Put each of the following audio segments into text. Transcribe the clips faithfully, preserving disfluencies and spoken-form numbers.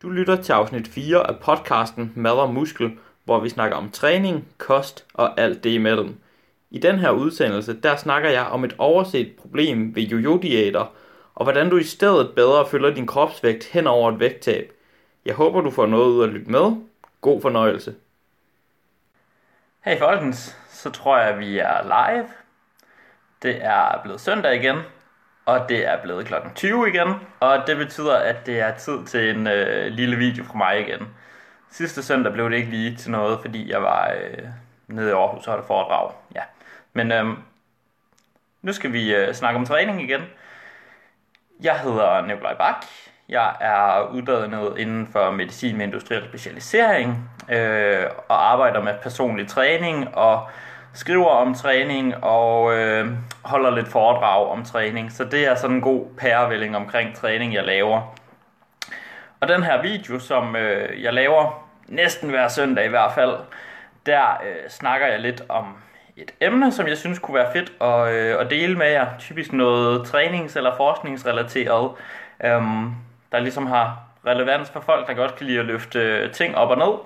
Du lytter til afsnit fire af podcasten Mad og Muskel, hvor vi snakker om træning, kost og alt det imellem. I den her udsendelse, der snakker jeg om et overset problem ved jojo-diæter, og hvordan du i stedet bedre følger din kropsvægt hen over et vægttab. Jeg håber, du får noget ud at lytte med. God fornøjelse. Hey folkens, så tror jeg, vi er live. Det er blevet søndag igen, og det er blevet klokken tyve igen, og det betyder, at det er tid til en øh, lille video fra mig igen. Sidste søndag blev det ikke lige til noget, fordi jeg var øh, nede i Aarhus og havde foredrag. Ja. Men øh, nu skal vi øh, snakke om træning igen. Jeg hedder Nikolaj Bak. Jeg er uddannet inden for medicin med industriel specialisering øh, og arbejder med personlig træning og skriver om træning og øh, holder lidt foredrag om træning. Så det er sådan en god pærevælling omkring træning, jeg laver. Og den her video, som øh, jeg laver næsten hver søndag i hvert fald, der øh, snakker jeg lidt om et emne, som jeg synes kunne være fedt at, øh, at dele med jer. Typisk noget trænings- eller forskningsrelateret, øh, der ligesom har relevans for folk, der godt kan lide at løfte ting op og ned.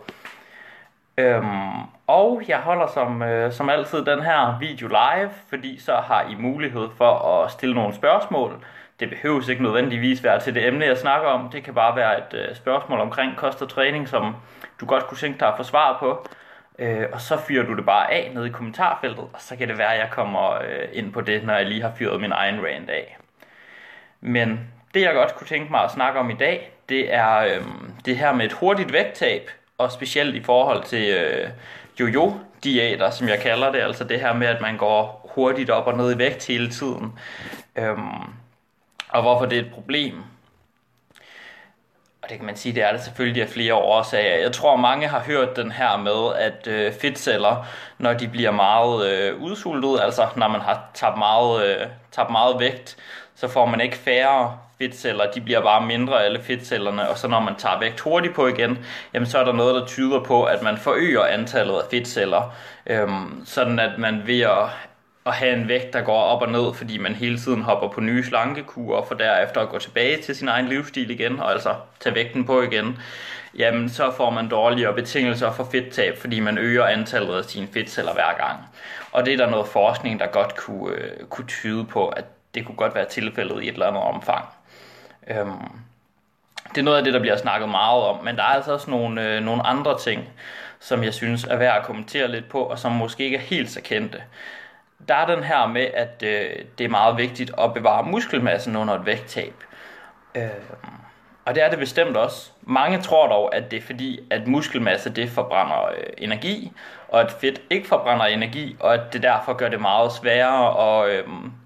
Øhm, og jeg holder som, øh, som altid den her video live, fordi så har I mulighed for at stille nogle spørgsmål. Det behøves ikke nødvendigvis være til det emne, jeg snakker om. Det kan bare være et øh, spørgsmål omkring kost og træning, som du godt kunne tænke dig at få svar på. Øh, og så fyrer du det bare af nede i kommentarfeltet, og så kan det være, at jeg kommer øh, ind på det, når jeg lige har fyret min egen rant af. Men det, jeg godt kunne tænke mig at snakke om i dag, det er øh, det her med et hurtigt vægttab. Og specielt i forhold til øh, jojo-diæter, som jeg kalder det. Altså det her med, at man går hurtigt op og ned i vægt hele tiden. Øhm, og hvorfor det er et problem. Og det kan man sige, det er det selvfølgelig af flere årsager. Jeg tror, mange har hørt den her med, at øh, fedtceller, når de bliver meget øh, udsultet, altså når man har tabt meget, øh, tabt meget vægt, så får man ikke færre fedtceller, de bliver bare mindre alle fedtcellerne, og så når man tager vægt hurtigt på igen, jamen så er der noget, der tyder på, at man forøger antallet af fedtceller, øhm, sådan at man ved at, at have en vægt, der går op og ned, fordi man hele tiden hopper på nye slankekurer, for derefter at gå tilbage til sin egen livsstil igen, og altså tage vægten på igen, jamen så får man dårligere betingelser for fedttab, fordi man øger antallet af sine fedtceller hver gang. Og det er der noget forskning, der godt kunne, øh, kunne tyde på, at det kunne godt være tilfældet i et eller andet omfang. Øhm, det er noget af det, der bliver snakket meget om, men der er altså også nogle, øh, nogle andre ting, som jeg synes er værd at kommentere lidt på, og som måske ikke er helt så kendte. Der er den her med, at øh, det er meget vigtigt at bevare muskelmassen under et vægttab. Øhm, og det er det bestemt også. Mange tror dog, at det er fordi, at muskelmasse det forbrænder øh, energi, og at fedt ikke forbrænder energi, og at det derfor gør det meget sværere at... Øh,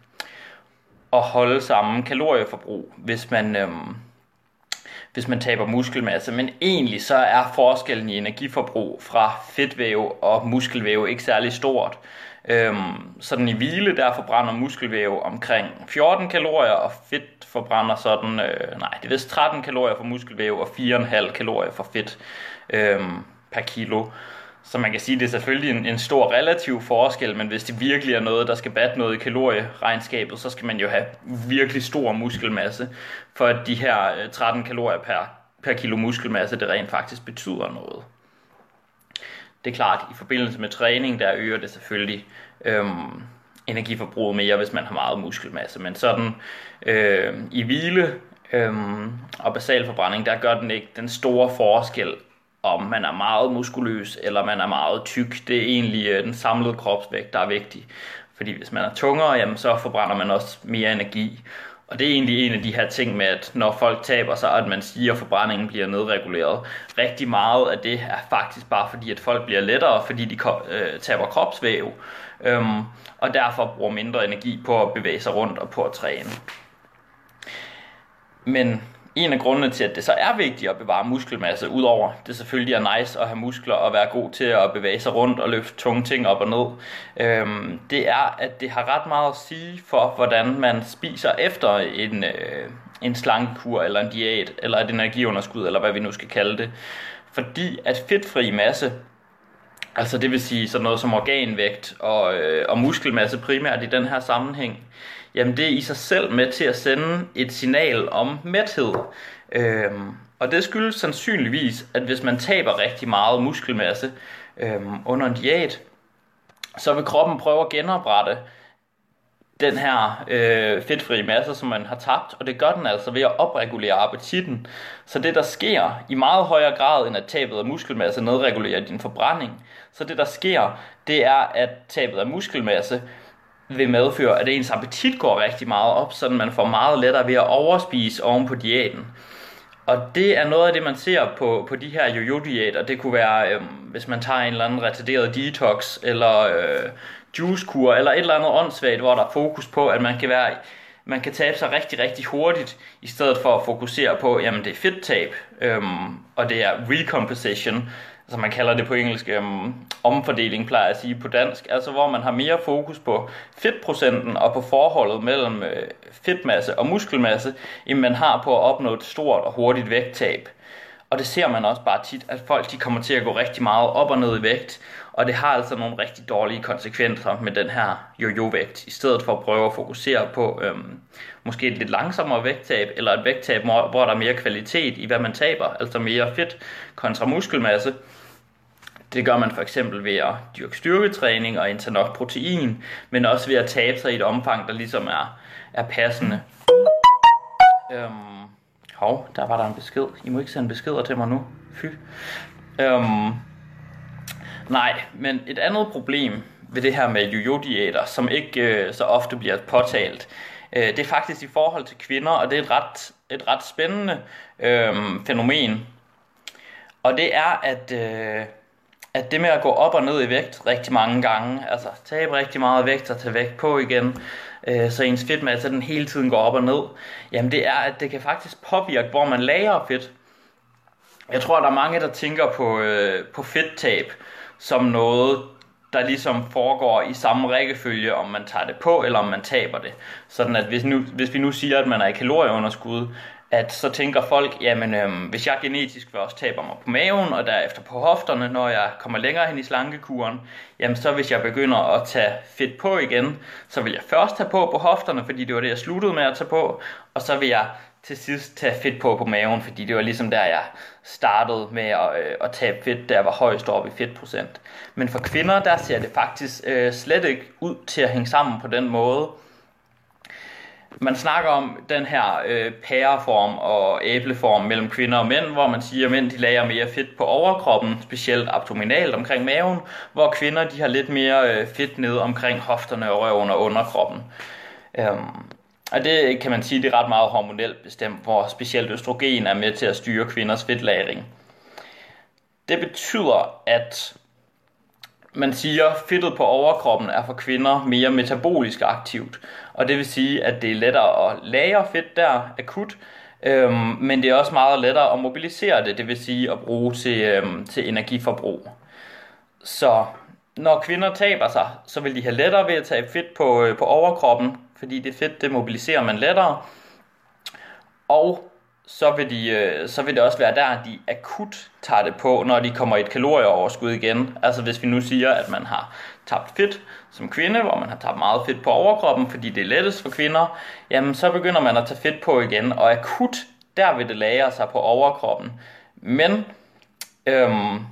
at holde samme kalorieforbrug, hvis man, øhm, hvis man taber muskelmasse. Men egentlig så er forskellen i energiforbrug fra fedtvæv og muskelvæv ikke særlig stort. Øhm, sådan i hvile, der forbrænder muskelvæv omkring fjorten kalorier, og fedt forbrænder sådan, øh, nej, det er vist tretten kalorier for muskelvæv og fire komma fem kalorier for fedt øhm, per kilo. Så man kan sige, at det er selvfølgelig en, en stor relativ forskel, men hvis det virkelig er noget, der skal batte noget i kalorieregnskabet, så skal man jo have virkelig stor muskelmasse, for at de her tretten kalorier per, per kilo muskelmasse, det rent faktisk betyder noget. Det er klart, i forbindelse med træning, der øger det selvfølgelig øhm, energiforbruget mere, hvis man har meget muskelmasse, men sådan øh, i hvile øhm, og basal forbrænding, der gør den ikke den store forskel, om man er meget muskuløs, eller man er meget tyk. Det er egentlig øh, den samlede kropsvægt, der er vigtig. Fordi hvis man er tungere, jamen, så forbrænder man også mere energi. Og det er egentlig en af de her ting med, at når folk taber sig, at man siger, at forbrændingen bliver nedreguleret. Rigtig meget af det er faktisk bare fordi, at folk bliver lettere, fordi de øh, taber kropsvæv. Øhm, og derfor bruger mindre energi på at bevæge sig rundt og på at træne. Men en af grundene til, at det så er vigtigt at bevare muskelmasse, udover det selvfølgelig er nice at have muskler og være god til at bevæge sig rundt og løfte tunge ting op og ned, øhm, det er, at det har ret meget at sige for, hvordan man spiser efter en, øh, en slankekur eller en diæt, eller et energiunderskud, eller hvad vi nu skal kalde det. Fordi at fedtfri masse, altså det vil sige sådan noget som organvægt og, øh, og muskelmasse primært i den her sammenhæng, jamen det er i sig selv med til at sende et signal om mæthed. Øhm, Og det skyldes sandsynligvis, at hvis man taber rigtig meget muskelmasse øhm, under en diæt, så vil kroppen prøve at genoprette den her øh, fedtfri masse, som man har tabt, og det gør den altså ved at opregulere appetitten. Så det der sker i meget højere grad end at tabet af muskelmasse nedregulerer din forbrænding, så det der sker, det er at tabet af muskelmasse vil medføre, at ens appetit går rigtig meget op, så man får meget lettere ved at overspise oven på diæten. Og det er noget af det, man ser på, på de her jojo-diæter. Det kunne være, øh, hvis man tager en eller anden retarderet detox, eller øh, juicekur, eller et eller andet åndssvagt, hvor der er fokus på, at man kan, være, man kan tabe sig rigtig, rigtig hurtigt, i stedet for at fokusere på, jamen det er fedttab, øh, og det er recomposition, altså man kalder det på engelsk, øh, omfordeling plejer jeg at sige på dansk, altså hvor man har mere fokus på fedtprocenten og på forholdet mellem øh, fedtmasse og muskelmasse, end man har på at opnå et stort og hurtigt vægttab. Og det ser man også bare tit, at folk de kommer til at gå rigtig meget op og ned i vægt, og det har altså nogle rigtig dårlige konsekvenser med den her jojo-vægt, i stedet for at prøve at fokusere på øhm, måske et lidt langsommere vægttab, eller et vægttab, hvor der er mere kvalitet i, hvad man taber, altså mere fedt kontra muskelmasse. Det gør man for eksempel ved at dyrke styrketræning og indtage nok protein, men også ved at tabe sig i et omfang, der ligesom er, er passende. Øhm, hov, der var der en besked. I må ikke sende beskeder til mig nu. Fy. Øhm, nej, men et andet problem ved det her med jojo-diæter, som ikke øh, så ofte bliver påtalt, øh, det er faktisk i forhold til kvinder, og det er et ret, et ret spændende øh, fænomen. Og det er, at... Øh, at det med at gå op og ned i vægt rigtig mange gange, altså tabe rigtig meget vægt og tage vægt på igen, øh, så ens fedtmasse den hele tiden går op og ned, jamen det er, at det kan faktisk påvirke, hvor man lagrer fedt. Jeg tror, der er mange, der tænker på, øh, på fedttab som noget, der ligesom foregår i samme rækkefølge, om man tager det på, eller om man taber det. Sådan at hvis, nu, hvis vi nu siger, at man er i kalorieunderskud, at så tænker folk, jamen øhm, hvis jeg genetisk først taber mig på maven, og derefter på hofterne, når jeg kommer længere hen i slankekuren, jamen så hvis jeg begynder at tage fedt på igen, så vil jeg først tage på på hofterne, fordi det var det, jeg sluttede med at tage på, og så vil jeg til sidst tage fedt på på maven, fordi det var ligesom der, jeg startede med at, øh, at tabe fedt, der var højst oppe i fedtprocent. Men for kvinder, der ser det faktisk øh, slet ikke ud til at hænge sammen på den måde. Man snakker om den her øh, pæreform og æbleform mellem kvinder og mænd, hvor man siger, at mænd de lagrer mere fedt på overkroppen, specielt abdominalt omkring maven, hvor kvinder de har lidt mere øh, fedt nede omkring hofterne og røven og underkroppen. Øhm, og det kan man sige, det er ret meget hormonelt bestemt, hvor specielt østrogen er med til at styre kvinders fedtlagring. Det betyder, at man siger, at fedtet på overkroppen er for kvinder mere metabolisk aktivt, og det vil sige, at det er lettere at lagre fedt der akut, øhm, men det er også meget lettere at mobilisere det, det vil sige at bruge til, øhm, til energiforbrug. Så når kvinder taber sig, så vil de have lettere ved at tabe fedt på, øh, på overkroppen, fordi det fedt, det mobiliserer man lettere, og så vil, de, øh, så vil det også være der, at de akut tager det på, når de kommer i et kalorieoverskud igen. Altså hvis vi nu siger, at man har tabt fedt som kvinde, hvor man har tabt meget fedt på overkroppen, fordi det er lettest for kvinder, jamen så begynder man at tage fedt på igen, og akut, der vil det lagre sig på overkroppen. Men øhm,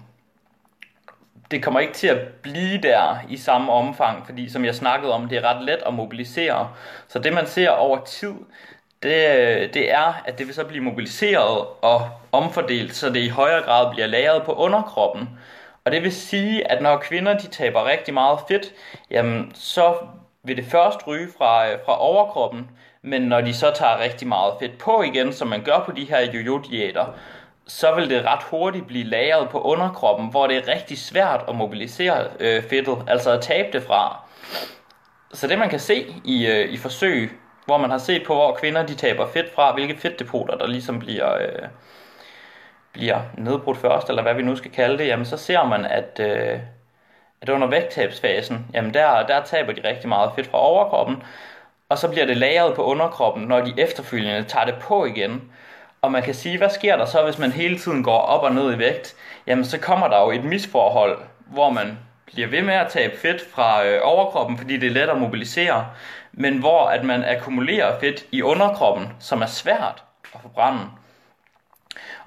det kommer ikke til at blive der i samme omfang, fordi som jeg snakkede om, det er ret let at mobilisere. Så det man ser over tid, Det, det er, at det vil så blive mobiliseret og omfordelt, så det i højere grad bliver lagret på underkroppen. Og det vil sige, at når kvinder de taber rigtig meget fedt, jamen så vil det først ryge fra, fra overkroppen, men når de så tager rigtig meget fedt på igen, som man gør på de her jojo-diæter, så vil det ret hurtigt blive lagret på underkroppen, hvor det er rigtig svært at mobilisere øh, fedtet, altså at tabe det fra. Så det man kan se i, øh, i forsøg, hvor man har set på, hvor kvinder de taber fedt fra, hvilke fedtdepoter der ligesom bliver, øh, bliver nedbrudt først, eller hvad vi nu skal kalde det, jamen så ser man, at, øh, at under vægttabsfasen, jamen der, der taber de rigtig meget fedt fra overkroppen, og så bliver det lagret på underkroppen, når de efterfølgende tager det på igen. Og man kan sige, hvad sker der så, hvis man hele tiden går op og ned i vægt? Jamen så kommer der jo et misforhold, hvor man bliver ved med at tabe fedt fra øh, overkroppen, fordi det er let at mobilisere, men hvor at man akkumulerer fedt i underkroppen, som er svært at forbrænde.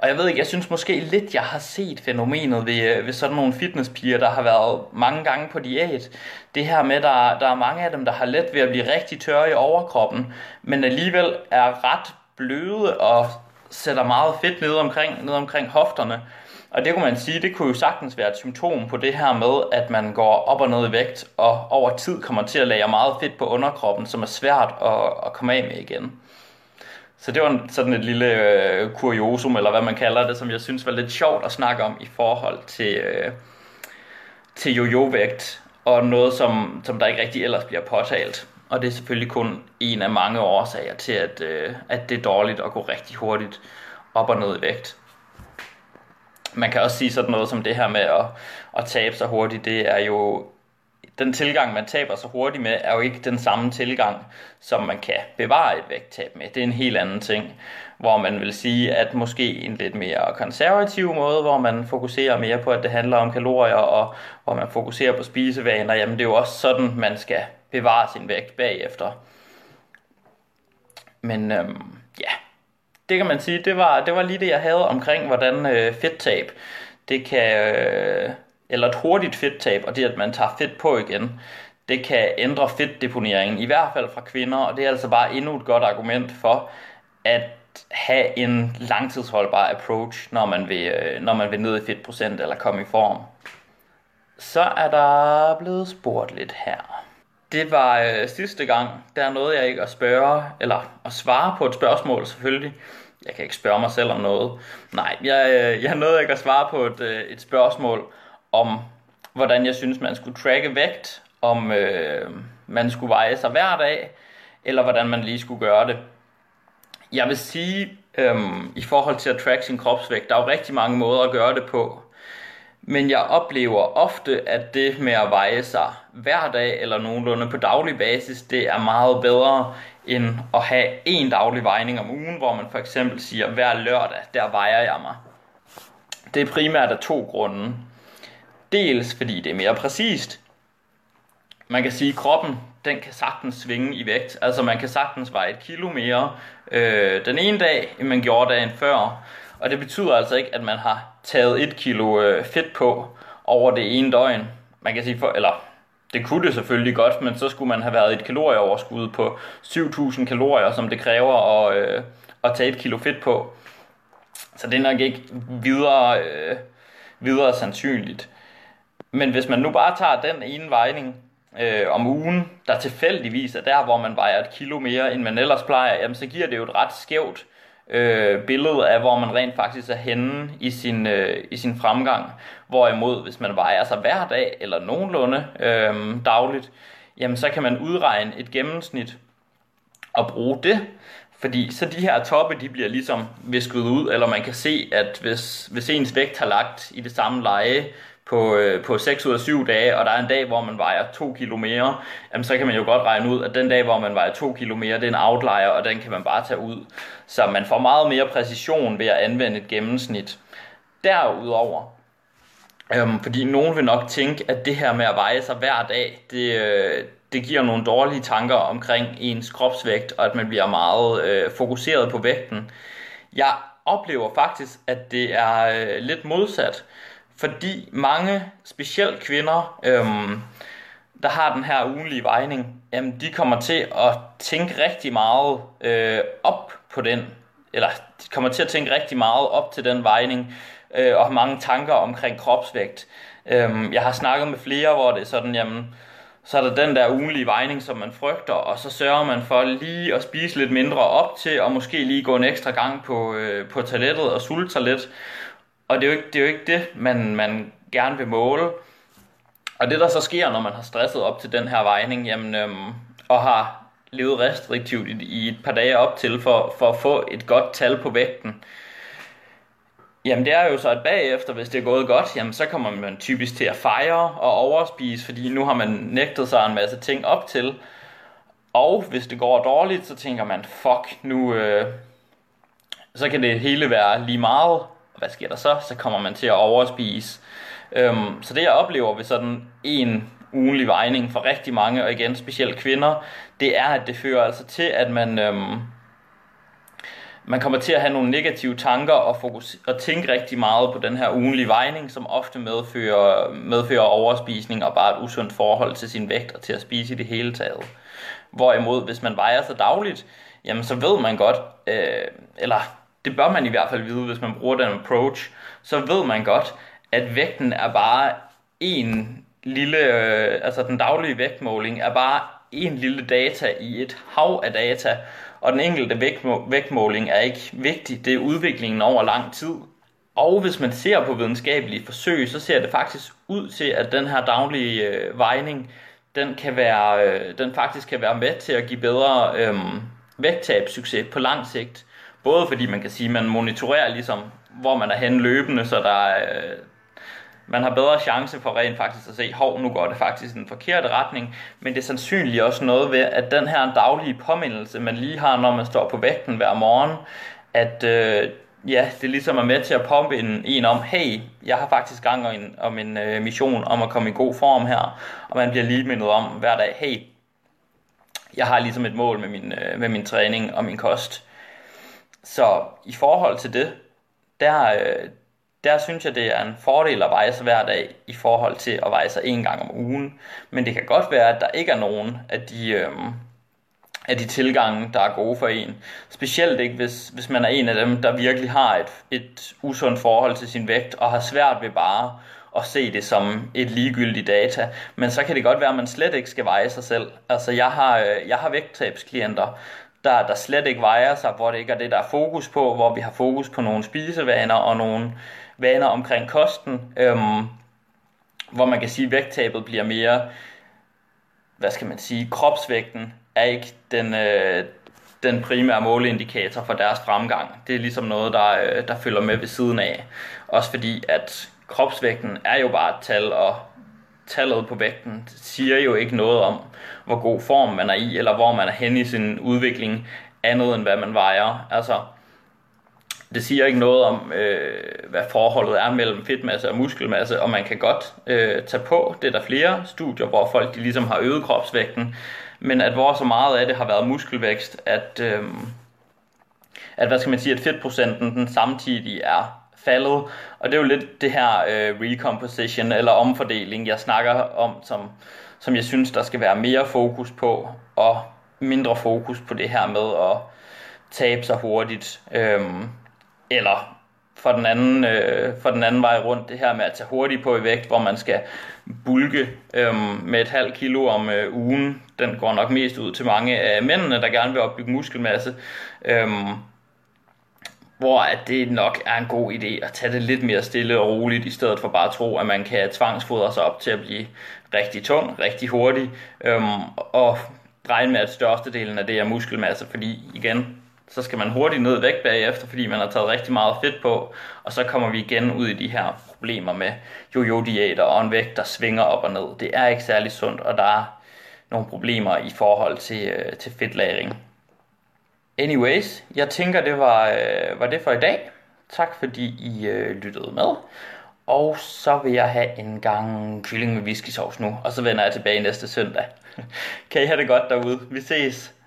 Og jeg ved ikke, jeg synes måske lidt, jeg har set fænomenet ved, ved sådan nogle fitnesspiger, der har været mange gange på diæt. Det her med, der, der er mange af dem, der har let ved at blive rigtig tørre i overkroppen, men alligevel er ret bløde og sætter meget fedt ned omkring, ned omkring hofterne. Og det kunne man sige, det kunne jo sagtens være et symptom på det her med, at man går op og ned i vægt, og over tid kommer til at lagre meget fedt på underkroppen, som er svært at, at komme af med igen. Så det var sådan et lille øh, kuriosum, eller hvad man kalder det, som jeg synes var lidt sjovt at snakke om i forhold til, øh, til jojo-vægt, og noget, som, som der ikke rigtig ellers bliver påtalt. Og det er selvfølgelig kun en af mange årsager til, at, øh, at det er dårligt at gå rigtig hurtigt op og ned i vægt. Man kan også sige sådan noget som det her med at, at tabe sig hurtigt, det er jo, den tilgang man taber sig hurtigt med, er jo ikke den samme tilgang, som man kan bevare et vægttab med. Det er en helt anden ting, hvor man vil sige, at måske en lidt mere konservativ måde, hvor man fokuserer mere på, at det handler om kalorier, og hvor man fokuserer på spisevaner, jamen det er jo også sådan, man skal bevare sin vægt bagefter. Men øhm, ja, det kan man sige, det var, det var lige det, jeg havde omkring, hvordan øh, fedttab, det kan, øh, eller et hurtigt fedttab, og det at man tager fedt på igen, det kan ændre fedtdeponeringen, i hvert fald fra kvinder, og det er altså bare endnu et godt argument for at have en langtidsholdbar approach, når man vil, øh, når man vil ned i fedtprocent eller komme i form. Så er der blevet spurgt lidt her. Det var øh, sidste gang, der nåede jeg ikke at spørge, eller at svare på et spørgsmål selvfølgelig. Jeg kan ikke spørge mig selv om noget. Nej, jeg, øh, jeg nåede ikke at svare på et, øh, et spørgsmål om, hvordan jeg synes, man skulle tracke vægt, om øh, man skulle veje sig hver dag, eller hvordan man lige skulle gøre det. Jeg vil sige, øh, i forhold til at tracke sin kropsvægt, der er jo rigtig mange måder at gøre det på. Men jeg oplever ofte, at det med at veje sig hver dag eller nogenlunde på daglig basis, det er meget bedre end at have en daglig vejning om ugen, hvor man for eksempel siger, hver lørdag, der vejer jeg mig. Det er primært af to grunde. Dels fordi det er mere præcist. Man kan sige, at kroppen, den kan sagtens svinge i vægt. Altså man kan sagtens veje et kilo mere øh, den ene dag, end man gjorde dagen før. Og det betyder altså ikke, at man har taget et kilo øh, fedt på over det ene døgn. Man kan sige, for, eller det kunne det selvfølgelig godt, men så skulle man have været et kalorieoverskud på syv tusind kalorier, som det kræver at, øh, at tage et kilo fedt på. Så det er nok ikke videre, øh, videre sandsynligt. Men hvis man nu bare tager den ene vejning øh, om ugen, der tilfældigvis er der, hvor man vejer et kilo mere, end man ellers plejer, jamen så giver det jo et ret skævt øh, billede af, hvor man rent faktisk er henne i sin, øh, i sin fremgang. Hvorimod, hvis man vejer sig hver dag, eller nogenlunde øh, dagligt, jamen så kan man udregne et gennemsnit og bruge det. Fordi så de her toppe, de bliver ligesom visket ud, eller man kan se, at hvis, hvis ens vægt har lagt i det samme leje på, øh, på seks ud af syv dage, og der er en dag, hvor man vejer to kilo mere, jamen så kan man jo godt regne ud, at den dag, hvor man vejer to kilo mere, det er en outlier, og den kan man bare tage ud. Så man får meget mere præcision ved at anvende et gennemsnit. Derudover, øhm, fordi nogen vil nok tænke, at det her med at veje sig hver dag, det, øh, det giver nogle dårlige tanker omkring ens kropsvægt, og at man bliver meget øh, fokuseret på vægten. Jeg oplever faktisk, at det er øh, lidt modsat, fordi mange, specielt kvinder, øhm, der har den her ugenlige vejning, jamen de kommer til at tænke rigtig meget øh, op på den, eller de kommer til at tænke rigtig meget op til den vejning, øh, og har mange tanker omkring kropsvægt. Øhm, jeg har snakket med flere, hvor det er sådan, jamen, så er der den der ugenlige vejning, som man frygter, og så sørger man for lige at spise lidt mindre op til, og måske lige gå en ekstra gang på, øh, på toilettet og sulte sig lidt. Og det er jo ikke det, er jo ikke det man, man gerne vil måle. Og det der så sker, når man har stresset op til den her vejning, jamen, øhm, og har levet restriktivt i, i et par dage op til, for, for at få et godt tal på vægten, jamen det er jo så, at bagefter, hvis det er gået godt, jamen så kommer man typisk til at fejre og overspise, fordi nu har man nægtet sig en masse ting op til. Og hvis det går dårligt, så tænker man, fuck, nu øh, så kan det hele være lige meget. Hvad sker der så? Så kommer man til at overspise. Øhm, så det jeg oplever ved sådan en ugenlig vejning for rigtig mange, og igen specielt kvinder, det er, at det fører altså til, at man, øhm, man kommer til at have nogle negative tanker og, fokus, og tænke rigtig meget på den her ugenlige vejning, som ofte medfører, medfører overspisning og bare et usundt forhold til sin vægt og til at spise i det hele taget. Hvorimod, hvis man vejer sig dagligt, jamen så ved man godt, øh, eller det bør man i hvert fald vide, hvis man bruger den approach, så ved man godt, at vægten er bare en lille, øh, altså den daglige vægtmåling er bare en lille data i et hav af data, og den enkelte vægtmå- vægtmåling er ikke vigtig, det er udviklingen over lang tid. Og hvis man ser på videnskabelige forsøg, så ser det faktisk ud til, at den her daglige øh, vejning, den, kan være, øh, den faktisk kan være med til at give bedre øh, vægttabssucces på lang sigt. Både fordi man kan sige, at man monitorerer ligesom, hvor man er henne løbende, så der er, øh, man har bedre chance for rent faktisk at se, hov, nu går det faktisk i den forkerte retning, men det er sandsynligt også noget ved, at den her daglige påmindelse, man lige har, når man står på vægten hver morgen, at øh, ja, det ligesom er med til at pumpe en, en om, hey, jeg har faktisk gang om en, om en øh, mission om at komme i god form her, og man bliver lige mindet om hver dag, hey, jeg har ligesom et mål med min, øh, med min træning og min kost. Så i forhold til det, der, øh, der synes jeg, det er en fordel at veje sig hver dag i forhold til at veje sig en gang om ugen. Men det kan godt være, at der ikke er nogen af de, øh, af de tilgange, der er gode for en. Specielt ikke, hvis, hvis man er en af dem, der virkelig har et, et usundt forhold til sin vægt, og har svært ved bare at se det som et ligegyldigt data. Men så kan det godt være, at man slet ikke skal veje sig selv. Altså jeg har, øh, jeg har vægttabsklienter, Der, der slet ikke vejer sig, hvor det ikke er det, der er fokus på, hvor vi har fokus på nogle spisevaner og nogle vaner omkring kosten, øhm, hvor man kan sige, at vægttabet bliver mere, hvad skal man sige, kropsvægten er ikke den, øh, den primære måleindikator for deres fremgang. Det er ligesom noget, der, øh, der følger med ved siden af. Også fordi, at kropsvægten er jo bare et tal, og tallet på vægten siger jo ikke noget om, hvor god form man er i, eller hvor man er henne i sin udvikling, andet end hvad man vejer. Altså, det siger ikke noget om, øh, hvad forholdet er mellem fedtmasse og muskelmasse, og man kan godt øh, tage på, det er der flere studier, hvor folk de ligesom har øget kropsvægten, men at hvor så meget af det har været muskelvækst, at, øh, at hvad skal man sige, at fedtprocenten den samtidig er faldet, og det er jo lidt det her øh, recomposition eller omfordeling, jeg snakker om, som, som jeg synes, der skal være mere fokus på, og mindre fokus på det her med at tabe sig hurtigt, øhm, eller for den, anden, øh, for den anden vej rundt, det her med at tage hurtigt på i vægt, hvor man skal bulke øhm, med et halvt kilo om øh, ugen. Den går nok mest ud til mange af mændene, der gerne vil opbygge muskelmasse, øhm, hvor at det nok er en god idé at tage det lidt mere stille og roligt, i stedet for bare at tro, at man kan tvangsfodre sig op til at blive rigtig tung, rigtig hurtig, øhm, og regne med, at størstedelen af det er muskelmasse, fordi igen, så skal man hurtigt ned væk bagefter, fordi man har taget rigtig meget fedt på, og så kommer vi igen ud i de her problemer med jojo-diæter og en vægt, der svinger op og ned. Det er ikke særlig sundt, og der er nogle problemer i forhold til, øh, til fedtlagring. Anyways, jeg tænker, det var, øh, var det for i dag. Tak fordi I øh, lyttede med. Og så vil jeg have en gang kylling med whiskysauce nu, og så vender jeg tilbage næste søndag. Kan I have det godt derude? Vi ses!